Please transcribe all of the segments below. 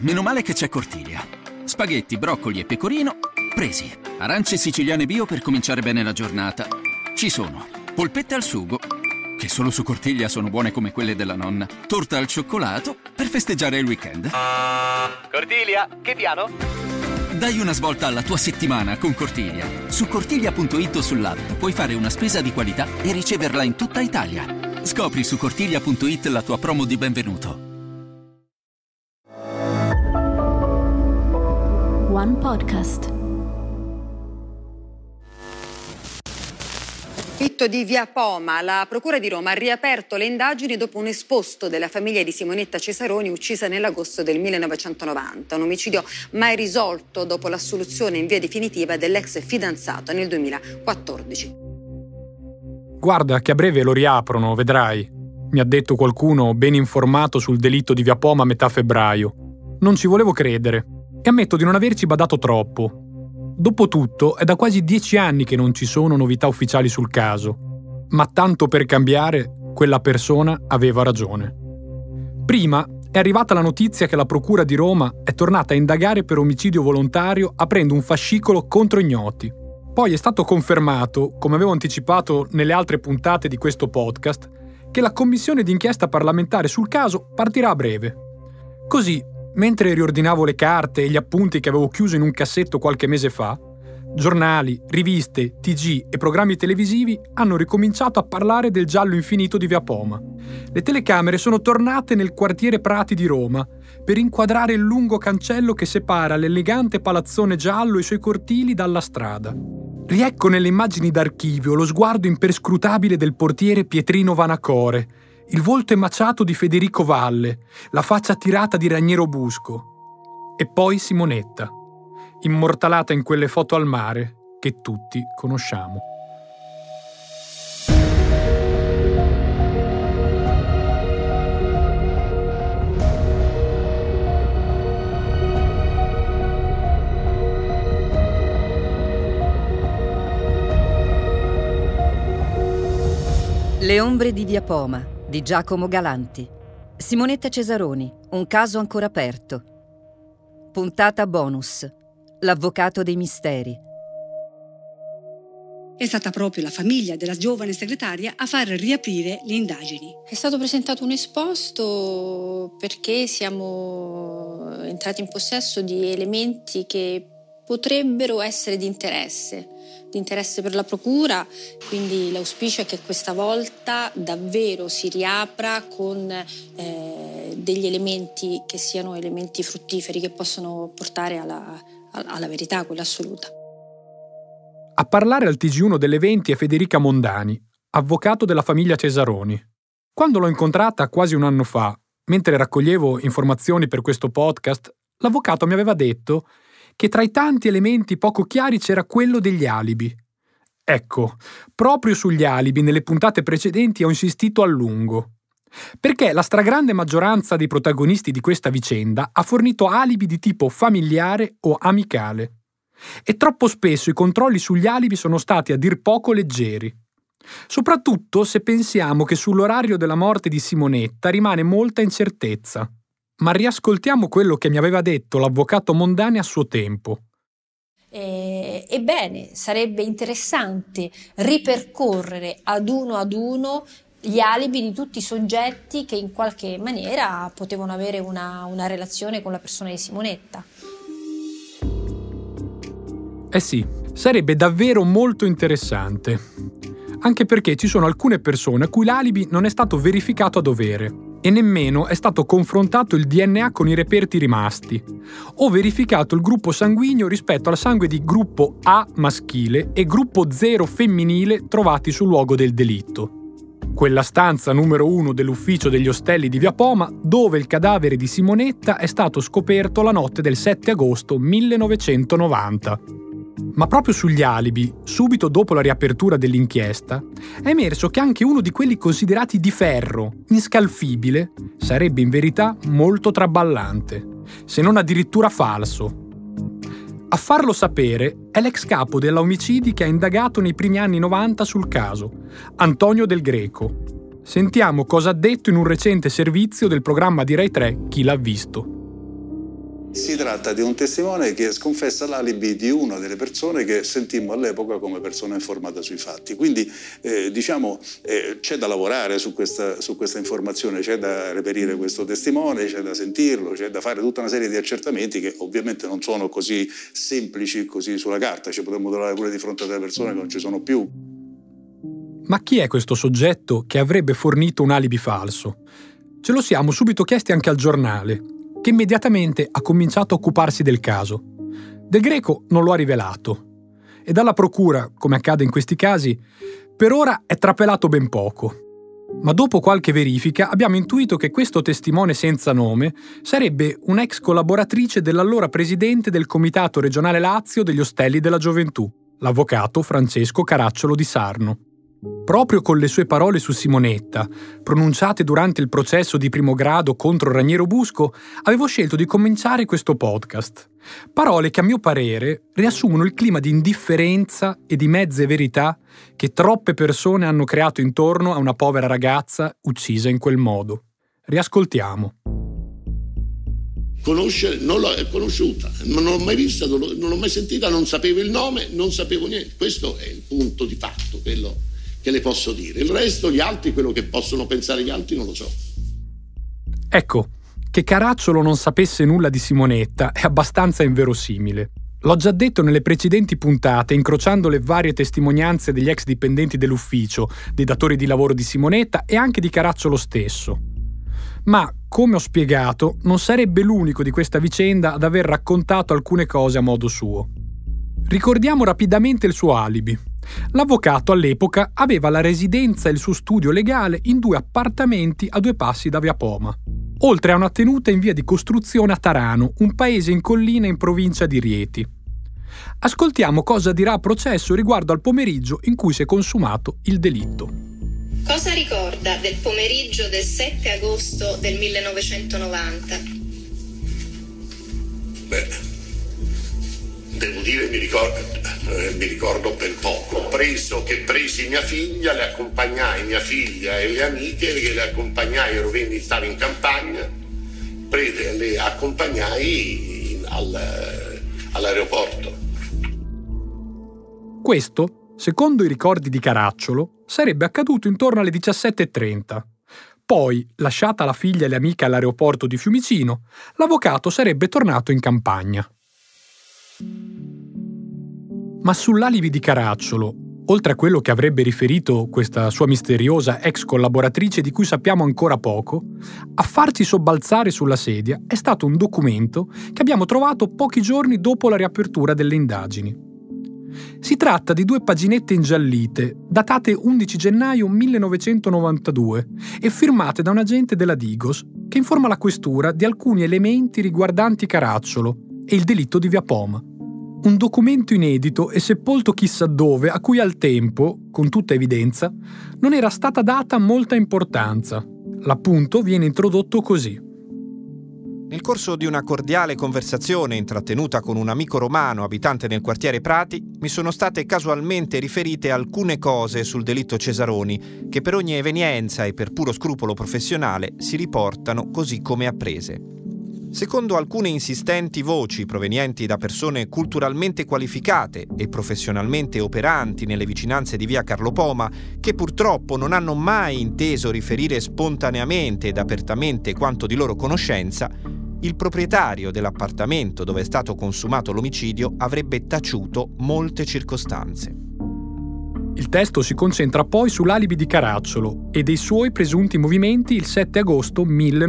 meno male che c'è Cortiglia. Spaghetti, broccoli e pecorino, presi. Arance siciliane bio per cominciare bene la giornata. Ci sono. Polpette al sugo, che solo su Cortiglia sono buone come quelle della nonna. Torta al cioccolato per festeggiare il weekend. Cortiglia, che piano? Dai una svolta alla tua settimana con Cortiglia. Su cortiglia.it o sull'app puoi fare una spesa di qualità e riceverla in tutta Italia. Scopri su cortiglia.it la tua promo di benvenuto. One Podcast. Fitto di Via Poma, la Procura di Roma ha riaperto le indagini dopo un esposto della famiglia di Simonetta Cesaroni uccisa nell'agosto del 1990. Un omicidio mai risolto dopo l'assoluzione in via definitiva dell'ex fidanzato nel 2014. Guarda che a breve lo riaprono, vedrai, mi ha detto qualcuno ben informato sul delitto di Via Poma a metà febbraio. Non ci volevo credere e ammetto di non averci badato troppo. Dopotutto, è da quasi 10 anni che non ci sono novità ufficiali sul caso. Ma tanto per cambiare, quella persona aveva ragione. Prima è arrivata la notizia che la Procura di Roma è tornata a indagare per omicidio volontario aprendo un fascicolo contro ignoti. Poi è stato confermato, come avevo anticipato nelle altre puntate di questo podcast, che la commissione d'inchiesta parlamentare sul caso partirà a breve. Così, mentre riordinavo le carte e gli appunti che avevo chiuso in un cassetto qualche mese fa, giornali, riviste, TG e programmi televisivi hanno ricominciato a parlare del giallo infinito di Via Poma. Le telecamere sono tornate nel quartiere Prati di Roma per inquadrare il lungo cancello che separa l'elegante palazzone giallo e i suoi cortili dalla strada. Riecco nelle immagini d'archivio lo sguardo imperscrutabile del portiere Pietrino Vanacore, il volto emaciato di Federico Valle, la faccia tirata di Raniero Busco. E poi Simonetta, immortalata in quelle foto al mare che tutti conosciamo. Le ombre di Via Poma di Giacomo Galanti. Simonetta Cesaroni, un caso ancora aperto. Puntata bonus. L'avvocato dei misteri. È stata proprio la famiglia della giovane segretaria a far riaprire le indagini. È stato presentato un esposto perché siamo entrati in possesso di elementi che potrebbero essere di interesse per la procura, quindi l'auspicio è che questa volta davvero si riapra con degli elementi che siano elementi fruttiferi, che possono portare alla verità, quella assoluta. A parlare al TG1 delle 20 è Federica Mondani, avvocato della famiglia Cesaroni. Quando l'ho incontrata quasi un anno fa, mentre raccoglievo informazioni per questo podcast, l'avvocato mi aveva detto che tra i tanti elementi poco chiari c'era quello degli alibi. Ecco, proprio sugli alibi nelle puntate precedenti ho insistito a lungo, perché la stragrande maggioranza dei protagonisti di questa vicenda ha fornito alibi di tipo familiare o amicale. E troppo spesso i controlli sugli alibi sono stati a dir poco leggeri. Soprattutto se pensiamo che sull'orario della morte di Simonetta rimane molta incertezza. Ma riascoltiamo quello che mi aveva detto l'avvocato Mondani a suo tempo. Ebbene, sarebbe interessante ripercorrere ad uno gli alibi di tutti i soggetti che in qualche maniera potevano avere una relazione con la persona di Simonetta. Eh sì, sarebbe davvero molto interessante. Anche perché ci sono alcune persone a cui l'alibi non è stato verificato a dovere e nemmeno è stato confrontato il DNA con i reperti rimasti, o verificato il gruppo sanguigno rispetto al sangue di gruppo A maschile e gruppo 0 femminile trovati sul luogo del delitto. Quella stanza numero 1 dell'ufficio degli ostelli di Via Poma, dove il cadavere di Simonetta è stato scoperto la notte del 7 agosto 1990. Ma proprio sugli alibi, subito dopo la riapertura dell'inchiesta, è emerso che anche uno di quelli considerati di ferro, inscalfibile, sarebbe in verità molto traballante, se non addirittura falso. A farlo sapere è l'ex capo della Omicidi che ha indagato nei primi anni 90 sul caso, Antonio Del Greco. Sentiamo cosa ha detto in un recente servizio del programma di Rai 3 Chi l'ha visto. Si tratta di un testimone che sconfessa l'alibi di una delle persone che sentimmo all'epoca come persona informata sui fatti. Quindi c'è da lavorare su questa informazione, c'è da reperire questo testimone, c'è da sentirlo, c'è da fare tutta una serie di accertamenti che ovviamente non sono così semplici così sulla carta. Ci potremmo trovare pure di fronte a delle persone che non ci sono più. Ma chi è questo soggetto che avrebbe fornito un alibi falso? Ce lo siamo subito chiesti anche al giornale, che immediatamente ha cominciato a occuparsi del caso. Del Greco non lo ha rivelato. E dalla procura, come accade in questi casi, per ora è trapelato ben poco. Ma dopo qualche verifica abbiamo intuito che questo testimone senza nome sarebbe un'ex collaboratrice dell'allora presidente del Comitato Regionale Lazio degli Ostelli della Gioventù, l'avvocato Francesco Caracciolo di Sarno. Proprio con le sue parole su Simonetta, pronunciate durante il processo di primo grado contro Raniero Busco, avevo scelto di cominciare questo podcast. Parole che a mio parere riassumono il clima di indifferenza e di mezze verità che troppe persone hanno creato intorno a una povera ragazza uccisa in quel modo. Riascoltiamo. Conoscere, non l'ho conosciuta, non l'ho mai vista, non l'ho mai sentita, non sapevo il nome, non sapevo niente. Questo è il punto di fatto, quello che le posso dire. Il resto, gli altri, quello che possono pensare gli altri, non lo so. Ecco, che Caracciolo non sapesse nulla di Simonetta è abbastanza inverosimile. L'ho già detto nelle precedenti puntate, incrociando le varie testimonianze degli ex dipendenti dell'ufficio, dei datori di lavoro di Simonetta e anche di Caracciolo stesso. Ma, come ho spiegato, non sarebbe l'unico di questa vicenda ad aver raccontato alcune cose a modo suo. Ricordiamo rapidamente il suo alibi. L'avvocato all'epoca aveva la residenza e il suo studio legale in 2 appartamenti a 2 passi da Via Poma, oltre a una tenuta in via di costruzione a Tarano, un paese in collina in provincia di Rieti. Ascoltiamo cosa dirà a processo riguardo al pomeriggio in cui si è consumato il delitto. Cosa ricorda del pomeriggio del 7 agosto del 1990? Beh, devo dire, mi ricordo ben poco. Presi mia figlia, le accompagnai mia figlia e le amiche, le accompagnai, stavo in campagna, le accompagnai all'aeroporto. Questo, secondo i ricordi di Caracciolo, sarebbe accaduto intorno alle 17:30. Poi, lasciata la figlia e le amiche all'aeroporto di Fiumicino, l'avvocato sarebbe tornato in campagna. Ma sull'alibi di Caracciolo, oltre a quello che avrebbe riferito questa sua misteriosa ex collaboratrice di cui sappiamo ancora poco, a farci sobbalzare sulla sedia è stato un documento che abbiamo trovato pochi giorni dopo la riapertura delle indagini. Si tratta di 2 paginette ingiallite, datate 11 gennaio 1992 e firmate da un agente della Digos che informa la questura di alcuni elementi riguardanti Caracciolo e il delitto di Via Poma. Un documento inedito e sepolto chissà dove, a cui al tempo, con tutta evidenza, non era stata data molta importanza. L'appunto viene introdotto così. Nel corso di una cordiale conversazione intrattenuta con un amico romano abitante nel quartiere Prati, mi sono state casualmente riferite alcune cose sul delitto Cesaroni, che per ogni evenienza e per puro scrupolo professionale si riportano così come apprese. Secondo alcune insistenti voci provenienti da persone culturalmente qualificate e professionalmente operanti nelle vicinanze di via Carlo Poma, che purtroppo non hanno mai inteso riferire spontaneamente ed apertamente quanto di loro conoscenza, il proprietario dell'appartamento dove è stato consumato l'omicidio avrebbe taciuto molte circostanze. Il testo si concentra poi sull'alibi di Caracciolo e dei suoi presunti movimenti il 7 agosto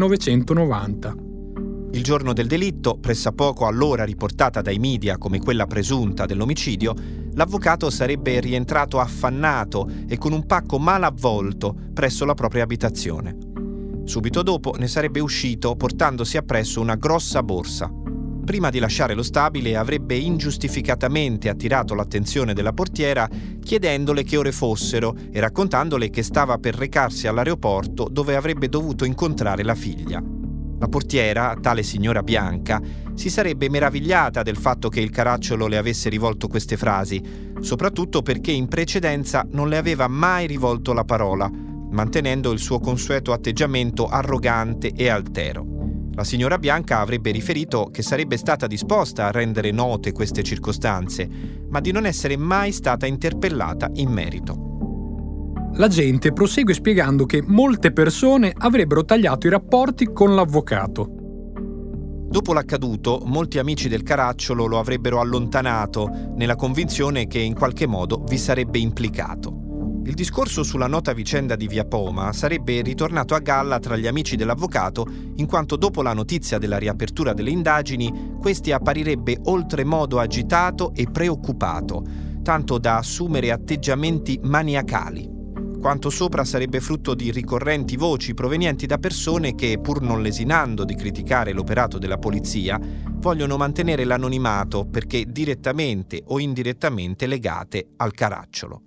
1990. Il giorno del delitto, pressappoco allora riportata dai media come quella presunta dell'omicidio, l'avvocato sarebbe rientrato affannato e con un pacco mal avvolto presso la propria abitazione. Subito dopo ne sarebbe uscito portandosi appresso una grossa borsa. Prima di lasciare lo stabile avrebbe ingiustificatamente attirato l'attenzione della portiera chiedendole che ore fossero e raccontandole che stava per recarsi all'aeroporto dove avrebbe dovuto incontrare la figlia. La portiera, tale signora Bianca, si sarebbe meravigliata del fatto che il Caracciolo le avesse rivolto queste frasi, soprattutto perché in precedenza non le aveva mai rivolto la parola, mantenendo il suo consueto atteggiamento arrogante e altero. La signora Bianca avrebbe riferito che sarebbe stata disposta a rendere note queste circostanze, ma di non essere mai stata interpellata in merito. L'agente prosegue spiegando che molte persone avrebbero tagliato i rapporti con l'avvocato. Dopo l'accaduto, molti amici del Caracciolo lo avrebbero allontanato, nella convinzione che in qualche modo vi sarebbe implicato. Il discorso sulla nota vicenda di Via Poma sarebbe ritornato a galla tra gli amici dell'avvocato, in quanto dopo la notizia della riapertura delle indagini, questi apparirebbe oltremodo agitato e preoccupato, tanto da assumere atteggiamenti maniacali. Quanto sopra sarebbe frutto di ricorrenti voci provenienti da persone che, pur non lesinando di criticare l'operato della polizia, vogliono mantenere l'anonimato perché direttamente o indirettamente legate al Caracciolo.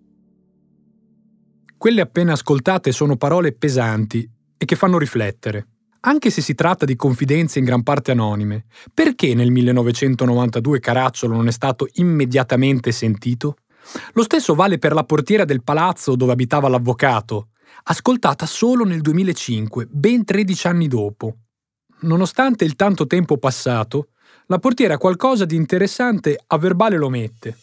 Quelle appena ascoltate sono parole pesanti e che fanno riflettere. Anche se si tratta di confidenze in gran parte anonime, perché nel 1992 Caracciolo non è stato immediatamente sentito? Lo stesso vale per la portiera del palazzo dove abitava l'avvocato, ascoltata solo nel 2005, ben 13 anni dopo. Nonostante il tanto tempo passato, la portiera qualcosa di interessante a verbale lo mette.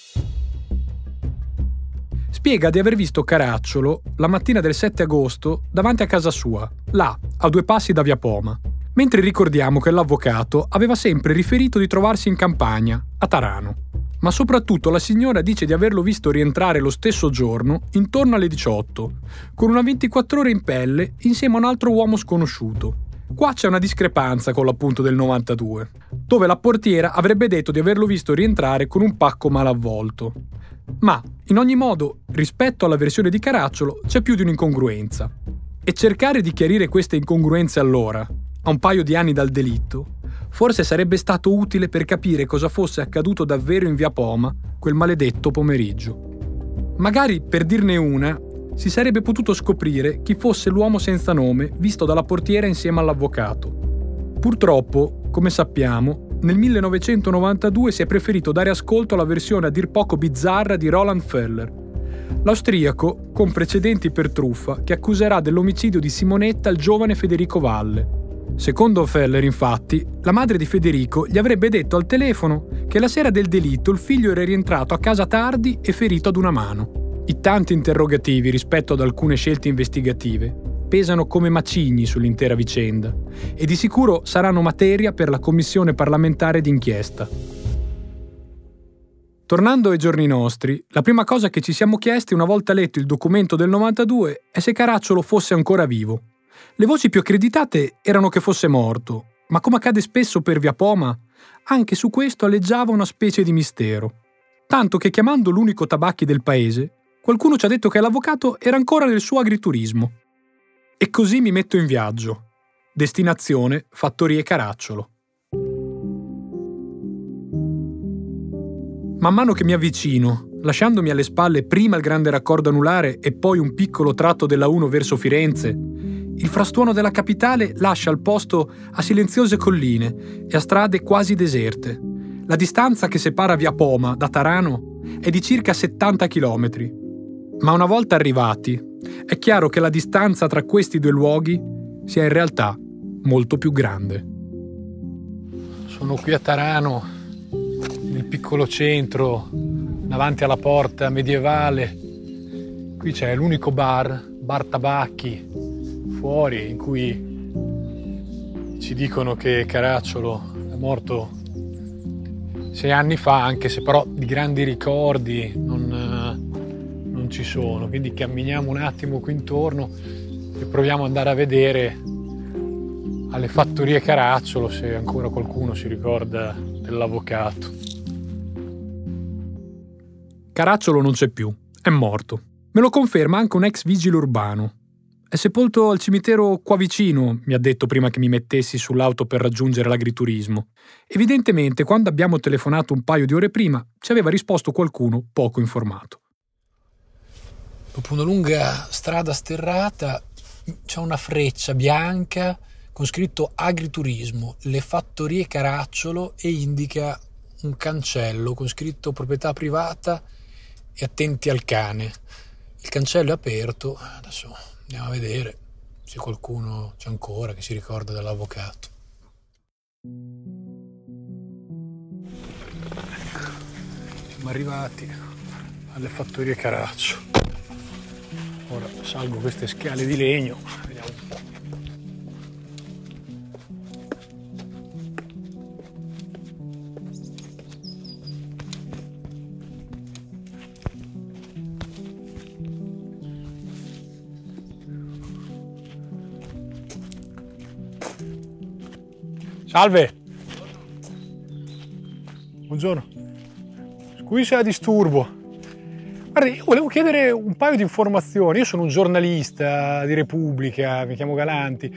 Spiega di aver visto Caracciolo la mattina del 7 agosto davanti a casa sua, là, a 2 passi da Via Poma, mentre ricordiamo che l'avvocato aveva sempre riferito di trovarsi in campagna, a Tarano. Ma soprattutto la signora dice di averlo visto rientrare lo stesso giorno, intorno alle 18, con una 24 ore in pelle insieme a un altro uomo sconosciuto. Qua c'è una discrepanza con l'appunto del 92, dove la portiera avrebbe detto di averlo visto rientrare con un pacco malavvolto. Ma, in ogni modo, rispetto alla versione di Caracciolo c'è più di un'incongruenza. E cercare di chiarire queste incongruenze allora, a un paio di anni dal delitto, forse sarebbe stato utile per capire cosa fosse accaduto davvero in Via Poma quel maledetto pomeriggio. Magari, per dirne una, si sarebbe potuto scoprire chi fosse l'uomo senza nome visto dalla portiera insieme all'avvocato. Purtroppo, come sappiamo, nel 1992 si è preferito dare ascolto alla versione a dir poco bizzarra di Roland Feller, l'austriaco con precedenti per truffa che accuserà dell'omicidio di Simonetta il giovane Federico Valle. Secondo Feller, infatti, la madre di Federico gli avrebbe detto al telefono che la sera del delitto il figlio era rientrato a casa tardi e ferito ad una mano. I tanti interrogativi rispetto ad alcune scelte investigative pesano come macigni sull'intera vicenda e di sicuro saranno materia per la commissione parlamentare d'inchiesta. Tornando ai giorni nostri, la prima cosa che ci siamo chiesti una volta letto il documento del 92 è se Caracciolo fosse ancora vivo. Le voci più accreditate erano che fosse morto, ma come accade spesso per Via Poma, anche su questo aleggiava una specie di mistero. Tanto che chiamando l'unico tabacchi del paese, qualcuno ci ha detto che l'avvocato era ancora nel suo agriturismo. E così mi metto in viaggio. Destinazione Fattorie Caracciolo. Man mano che mi avvicino, lasciandomi alle spalle prima il grande raccordo anulare e poi un piccolo tratto della 1 verso Firenze, il frastuono della capitale lascia il posto a silenziose colline e a strade quasi deserte. La distanza che separa Via Poma da Tarano è di circa 70 chilometri. Ma una volta arrivati, è chiaro che la distanza tra questi 2 luoghi sia in realtà molto più grande. Sono qui a Tarano, nel piccolo centro, davanti alla porta medievale. Qui c'è l'unico bar tabacchi, fuori, in cui ci dicono che Caracciolo è morto 6 anni fa, anche se però di grandi ricordi non ci sono. Quindi camminiamo un attimo qui intorno e proviamo ad andare a vedere alle fattorie Caracciolo se ancora qualcuno si ricorda dell'avvocato. Caracciolo non c'è più, è morto. Me lo conferma anche un ex vigile urbano. È sepolto al cimitero qua vicino, mi ha detto prima che mi mettessi sull'auto per raggiungere l'agriturismo. Evidentemente, quando abbiamo telefonato un paio di ore prima, ci aveva risposto qualcuno poco informato. Dopo una lunga strada sterrata c'è una freccia bianca con scritto agriturismo, le fattorie Caracciolo, e indica un cancello con scritto proprietà privata e attenti al cane. Il cancello è aperto, adesso andiamo a vedere. se qualcuno c'è ancora che si ricorda dell'avvocato. Siamo arrivati alle fattorie Caracciolo. Ora salgo queste scale di legno, vediamo un po'. Salve! Buongiorno. Scusi se la disturbo. Guardi, io volevo chiedere un paio di informazioni. Io sono un giornalista di Repubblica, mi chiamo Galanti.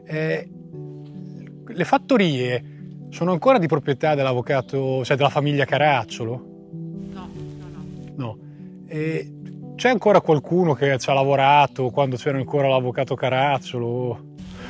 Le fattorie sono ancora di proprietà dell'avvocato, cioè della famiglia Caracciolo? No. C'è ancora qualcuno che ci ha lavorato quando c'era ancora l'avvocato Caracciolo?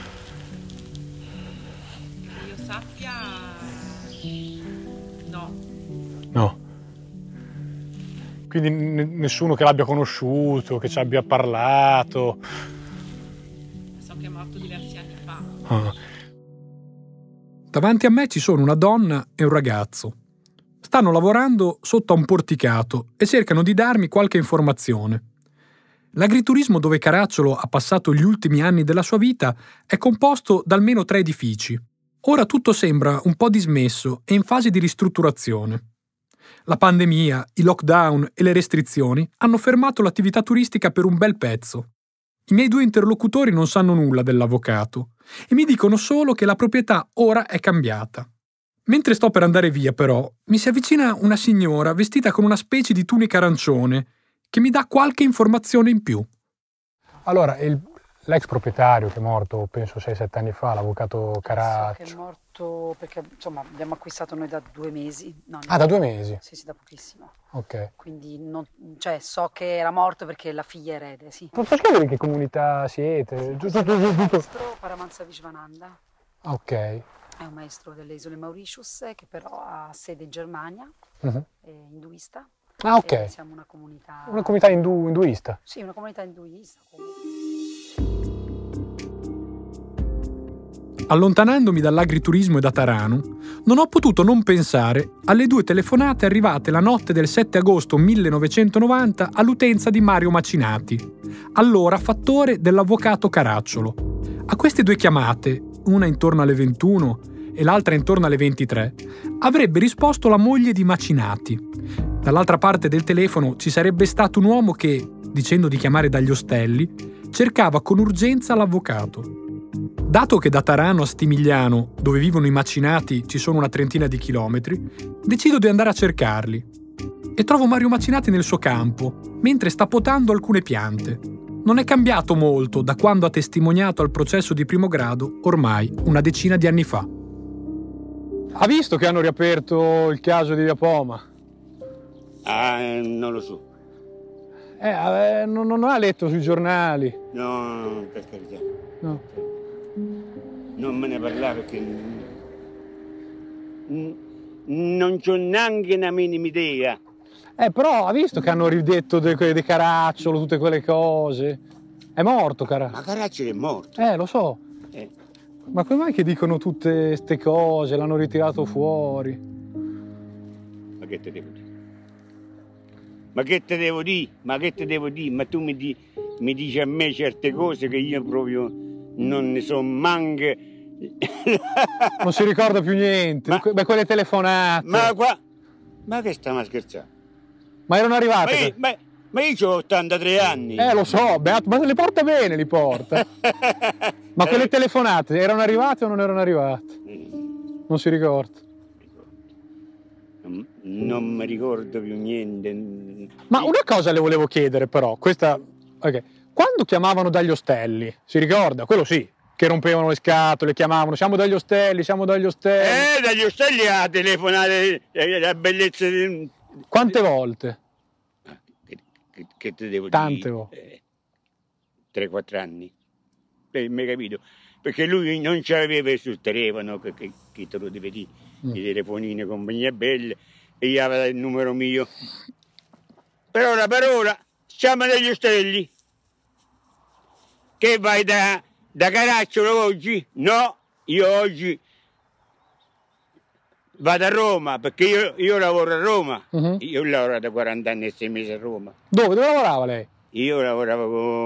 No. Quindi nessuno che l'abbia conosciuto, che ci abbia parlato. So che è morto diversi anni fa. Ah. Davanti a me ci sono una donna e un ragazzo. Stanno lavorando sotto a un porticato e cercano di darmi qualche informazione. L'agriturismo dove Caracciolo ha passato gli ultimi anni della sua vita è composto da almeno 3 edifici. Ora tutto sembra un po' dismesso e in fase di ristrutturazione. La pandemia, i lockdown e le restrizioni hanno fermato l'attività turistica per un bel pezzo. I miei 2 interlocutori non sanno nulla dell'avvocato e mi dicono solo che la proprietà ora è cambiata. Mentre sto per andare via, però, mi si avvicina una signora vestita con una specie di tunica arancione che mi dà qualche informazione in più. Allora, l'ex proprietario che è morto, penso 6-7 anni fa, l'avvocato Caracciolo. So che è morto perché, insomma, abbiamo acquistato noi da 2 mesi. No, da 2 mesi? Sì, da pochissimo. Ok. Quindi, so che era morto perché la figlia è erede, sì. Posso chiedere in che comunità siete? Maestro Paramahansa Vishwananda. Ok. È un maestro delle isole Mauritius che però ha sede in Germania, è induista. Ah, ok. E siamo una comunità... Una comunità induista? Sì, una comunità induista. Allontanandomi dall'agriturismo e da Taranu, non ho potuto non pensare alle 2 telefonate arrivate la notte del 7 agosto 1990 all'utenza di Mario Macinati, allora fattore dell'avvocato Caracciolo. A queste 2 chiamate, una intorno alle 21 e l'altra intorno alle 23, avrebbe risposto la moglie di Macinati. Dall'altra parte del telefono ci sarebbe stato un uomo che, dicendo di chiamare dagli ostelli, cercava con urgenza l'avvocato. Dato che da Tarano a Stimigliano, dove vivono i Macinati, ci sono una 30ina di chilometri, decido di andare a cercarli. E trovo Mario Macinati nel suo campo, mentre sta potando alcune piante. Non è cambiato molto da quando ha testimoniato al processo di primo grado, ormai una decina di anni fa. Ha visto che hanno riaperto il caso di Via Poma? Non lo so. Non ha letto sui giornali? No, per carità. No. Non me ne parlava perché non c'ho neanche una minima idea. Però ha visto che hanno ridetto di Caracciolo, tutte quelle cose. È morto Caracciolo. Ma Caracciolo è morto. Lo so. Ma come mai che dicono tutte ste cose? L'hanno ritirato fuori. Ma che te devo dire? Ma che te devo dire? Ma tu mi dici a me certe cose che io proprio non ne so manche. Non si ricorda più niente. Quelle telefonate. Ma che stiamo scherzando? Ma erano arrivate? Ma io ho 83 anni. Lo so, Beato, ma le porta bene, li porta. Ma quelle telefonate erano arrivate o non erano arrivate? Non si ricorda. Non mi ricordo più niente. Ma una cosa le volevo chiedere però, questa... Okay. Quando chiamavano dagli ostelli, si ricorda? Quello sì, che rompevano le scatole, chiamavano, siamo dagli ostelli. Dagli ostelli a telefonare la bellezza di... Quante volte? Che te devo dire? Tante volte. 3-4 anni. Mi hai capito? Perché lui non ce l'aveva sul telefono, che te lo deve dire, i telefonini, compagnia belle, e gli aveva il numero mio. Per ora, siamo dagli ostelli. Che vai da Da Caracciolo oggi? No, io oggi vado a Roma, perché io lavoro a Roma. Io ho lavorato 40 anni e 6 mesi a Roma. Dove lavorava lei? Io lavoravo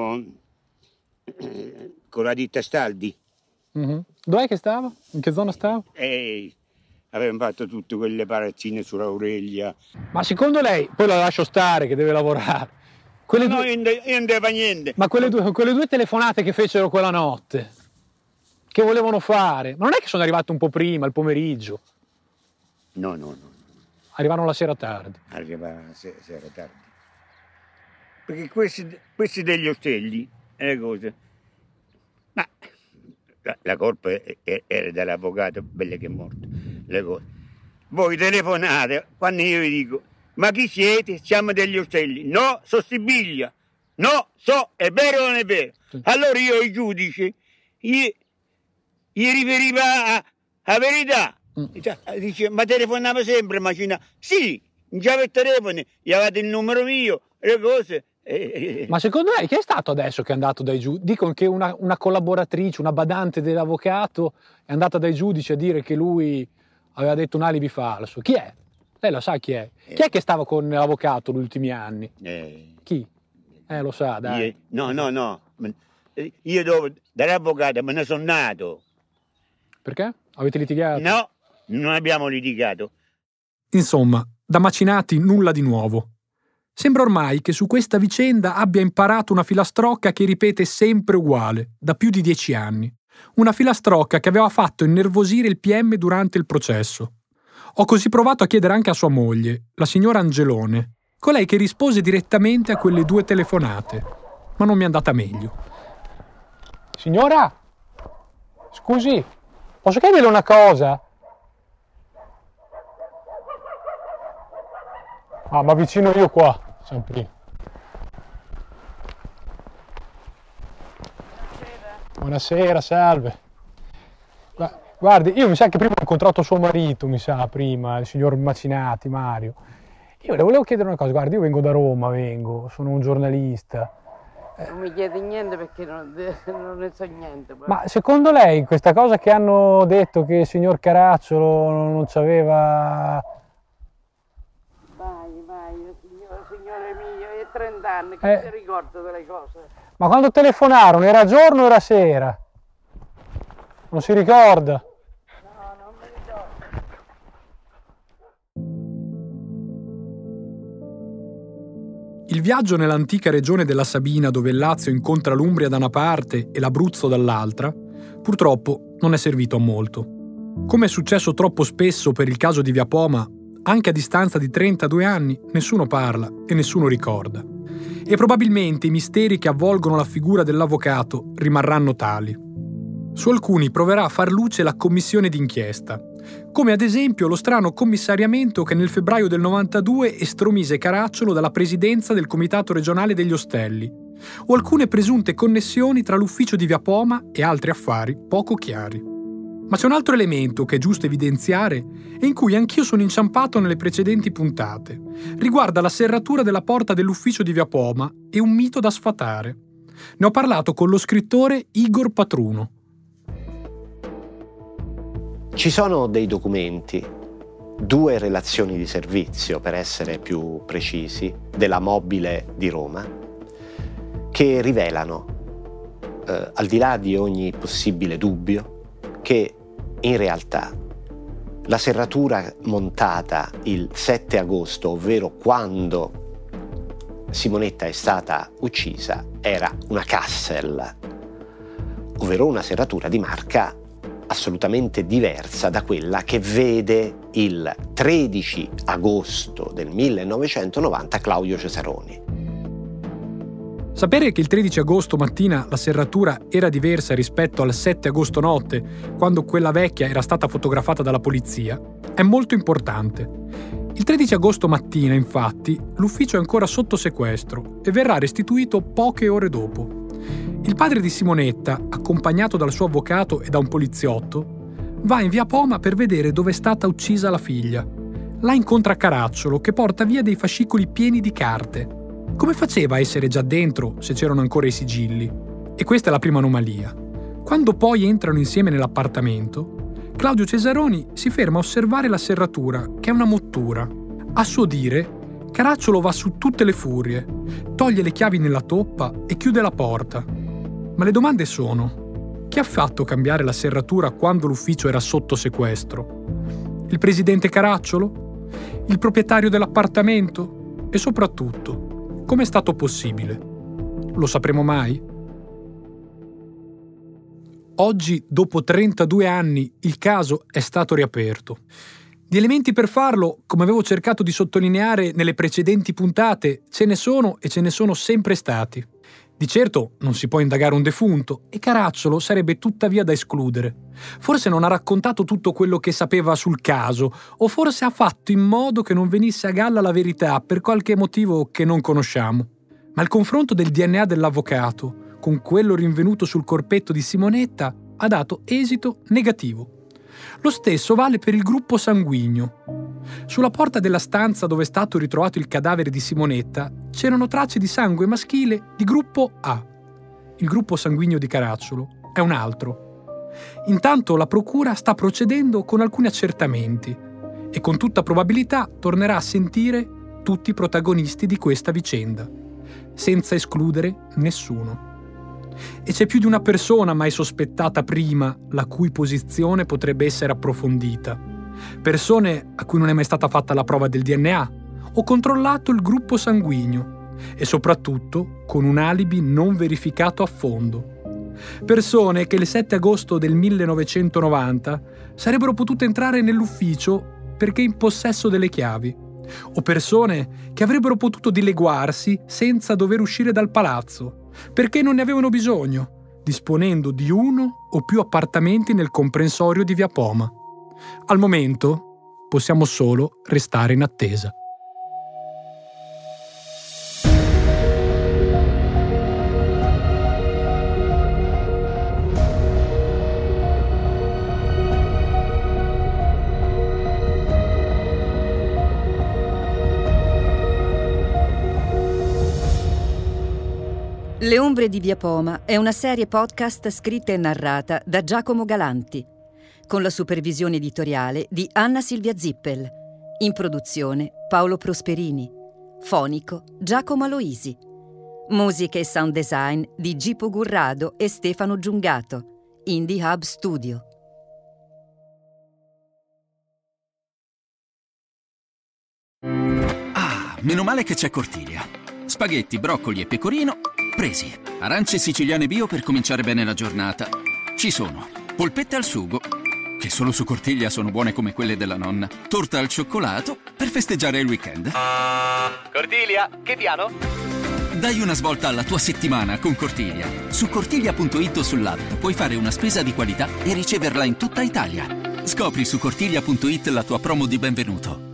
con la ditta Staldi. Dov'è che stava? In che zona stava? Avevamo fatto tutte quelle palazzine sull'Aurelia. Ma secondo lei, poi la lascio stare che deve lavorare. Io non devo fare niente. Ma quelle due telefonate che fecero quella notte, che volevano fare, ma non è che sono arrivate un po' prima, il pomeriggio? No. Arrivarono la sera tardi. Arrivava sera tardi. Perché questi degli ostelli, le cose. Ma la colpa era dell'avvocato, bello che è morto. Le cose. Voi telefonate, quando io vi dico, ma chi siete? Siamo degli ostelli. No, so Sibiglia. No, è vero o non è vero? Allora io, il giudice, gli riferiva a verità. Dice, ma telefonava sempre, macina. Sì, già per telefono, gli avete il numero mio, le cose. Ma secondo lei chi è stato adesso che è andato dai giudici? Dicono che una collaboratrice, una badante dell'avvocato è andata dai giudici a dire che lui aveva detto un alibi falso. Chi è? Lei lo sa chi è? Chi è che stava con l'avvocato negli ultimi anni? Chi? Lo sa, dai. No. Io dall'avvocato me ne sono nato. Perché? Avete litigato? No, non abbiamo litigato. Insomma, da Macinati nulla di nuovo. Sembra ormai che su questa vicenda abbia imparato una filastrocca che ripete sempre uguale, da più di 10 anni. Una filastrocca che aveva fatto innervosire il PM durante il processo. Ho così provato a chiedere anche a sua moglie, la signora Angelone, colei che rispose direttamente a quelle 2 telefonate, ma non mi è andata meglio. Signora, scusi, posso chiederle una cosa? Ma vicino io qua, sempre. Buonasera, salve. Guardi, io mi sa che prima ho incontrato suo marito, il signor Macinati, Mario. Io le volevo chiedere una cosa, guardi, io vengo da Roma, sono un giornalista. Non mi chiedi niente perché non ne so niente. Ma secondo lei questa cosa che hanno detto che il signor Caracciolo non c'aveva... Vai, signore mio, è 30 anni che si ricorda delle cose. Ma quando telefonarono era giorno o era sera? Non si ricorda? No, non mi ricordo. Il viaggio nell'antica regione della Sabina, dove il Lazio incontra l'Umbria da una parte e l'Abruzzo dall'altra, purtroppo non è servito a molto. Come è successo troppo spesso per il caso di Via Poma, anche a distanza di 32 anni nessuno parla e nessuno ricorda. E probabilmente i misteri che avvolgono la figura dell'avvocato rimarranno tali. Su alcuni proverà a far luce la commissione d'inchiesta, come ad esempio lo strano commissariamento che nel febbraio del 92 estromise Caracciolo dalla presidenza del Comitato regionale degli Ostelli, o alcune presunte connessioni tra l'ufficio di Via Poma e altri affari poco chiari. Ma c'è un altro elemento che è giusto evidenziare e in cui anch'io sono inciampato nelle precedenti puntate. Riguarda la serratura della porta dell'ufficio di Via Poma e un mito da sfatare. Ne ho parlato con lo scrittore Igor Patruno. Ci sono dei documenti, 2 relazioni di servizio, per essere più precisi, della Mobile di Roma, che rivelano, al di là di ogni possibile dubbio, che in realtà la serratura montata il 7 agosto, ovvero quando Simonetta è stata uccisa, era una Kassel, ovvero una serratura di marca assolutamente diversa da quella che vede il 13 agosto del 1990 Claudio Cesaroni. Sapere che il 13 agosto mattina la serratura era diversa rispetto al 7 agosto notte, quando quella vecchia era stata fotografata dalla polizia, è molto importante. Il 13 agosto mattina, infatti, l'ufficio è ancora sotto sequestro e verrà restituito poche ore dopo. Il padre di Simonetta, accompagnato dal suo avvocato e da un poliziotto, va in Via Poma per vedere dove è stata uccisa la figlia. Là incontra Caracciolo, che porta via dei fascicoli pieni di carte. Come faceva a essere già dentro se c'erano ancora i sigilli? E questa è la prima anomalia. Quando poi entrano insieme nell'appartamento, Claudio Cesaroni si ferma a osservare la serratura, che è una mottura. A suo dire, Caracciolo va su tutte le furie, toglie le chiavi nella toppa e chiude la porta. Ma le domande sono: chi ha fatto cambiare la serratura quando l'ufficio era sotto sequestro? Il presidente Caracciolo? Il proprietario dell'appartamento? E soprattutto, come è stato possibile? Lo sapremo mai? Oggi, dopo 32 anni, il caso è stato riaperto. Di elementi per farlo, come avevo cercato di sottolineare nelle precedenti puntate, ce ne sono e ce ne sono sempre stati. Di certo non si può indagare un defunto e Caracciolo sarebbe tuttavia da escludere. Forse non ha raccontato tutto quello che sapeva sul caso, o forse ha fatto in modo che non venisse a galla la verità per qualche motivo che non conosciamo. Ma il confronto del DNA dell'avvocato con quello rinvenuto sul corpetto di Simonetta ha dato esito negativo. Lo stesso vale per il gruppo sanguigno. Sulla porta della stanza dove è stato ritrovato il cadavere di Simonetta c'erano tracce di sangue maschile di gruppo A. Il gruppo sanguigno di Caracciolo è un altro. Intanto la procura sta procedendo con alcuni accertamenti e con tutta probabilità tornerà a sentire tutti i protagonisti di questa vicenda, senza escludere nessuno. E c'è più di una persona mai sospettata prima, la cui posizione potrebbe essere approfondita. Persone a cui non è mai stata fatta la prova del DNA o controllato il gruppo sanguigno e soprattutto con un alibi non verificato a fondo. Persone che il 7 agosto del 1990 sarebbero potute entrare nell'ufficio perché in possesso delle chiavi, o persone che avrebbero potuto dileguarsi senza dover uscire dal palazzo perché non ne avevano bisogno, disponendo di uno o più appartamenti nel comprensorio di Via Poma. Al momento possiamo solo restare in attesa. Le ombre di Via Poma è una serie podcast scritta e narrata da Giacomo Galanti, con la supervisione editoriale di Anna Silvia Zippel, in produzione Paolo Prosperini, fonico Giacomo Aloisi, musiche e sound design di Gipo Gurrado e Stefano Giungato, Indie Hub Studio. Ah, meno male che c'è Cortiglia. Spaghetti, broccoli e pecorino presi. Arance siciliane bio per cominciare bene la giornata. Ci sono. Polpette al sugo, che solo su Cortiglia sono buone come quelle della nonna. Torta al cioccolato per festeggiare il weekend. Cortiglia, che piano? Dai una svolta alla tua settimana con Cortiglia. Su cortiglia.it o sull'app puoi fare una spesa di qualità e riceverla in tutta Italia. Scopri su cortiglia.it la tua promo di benvenuto.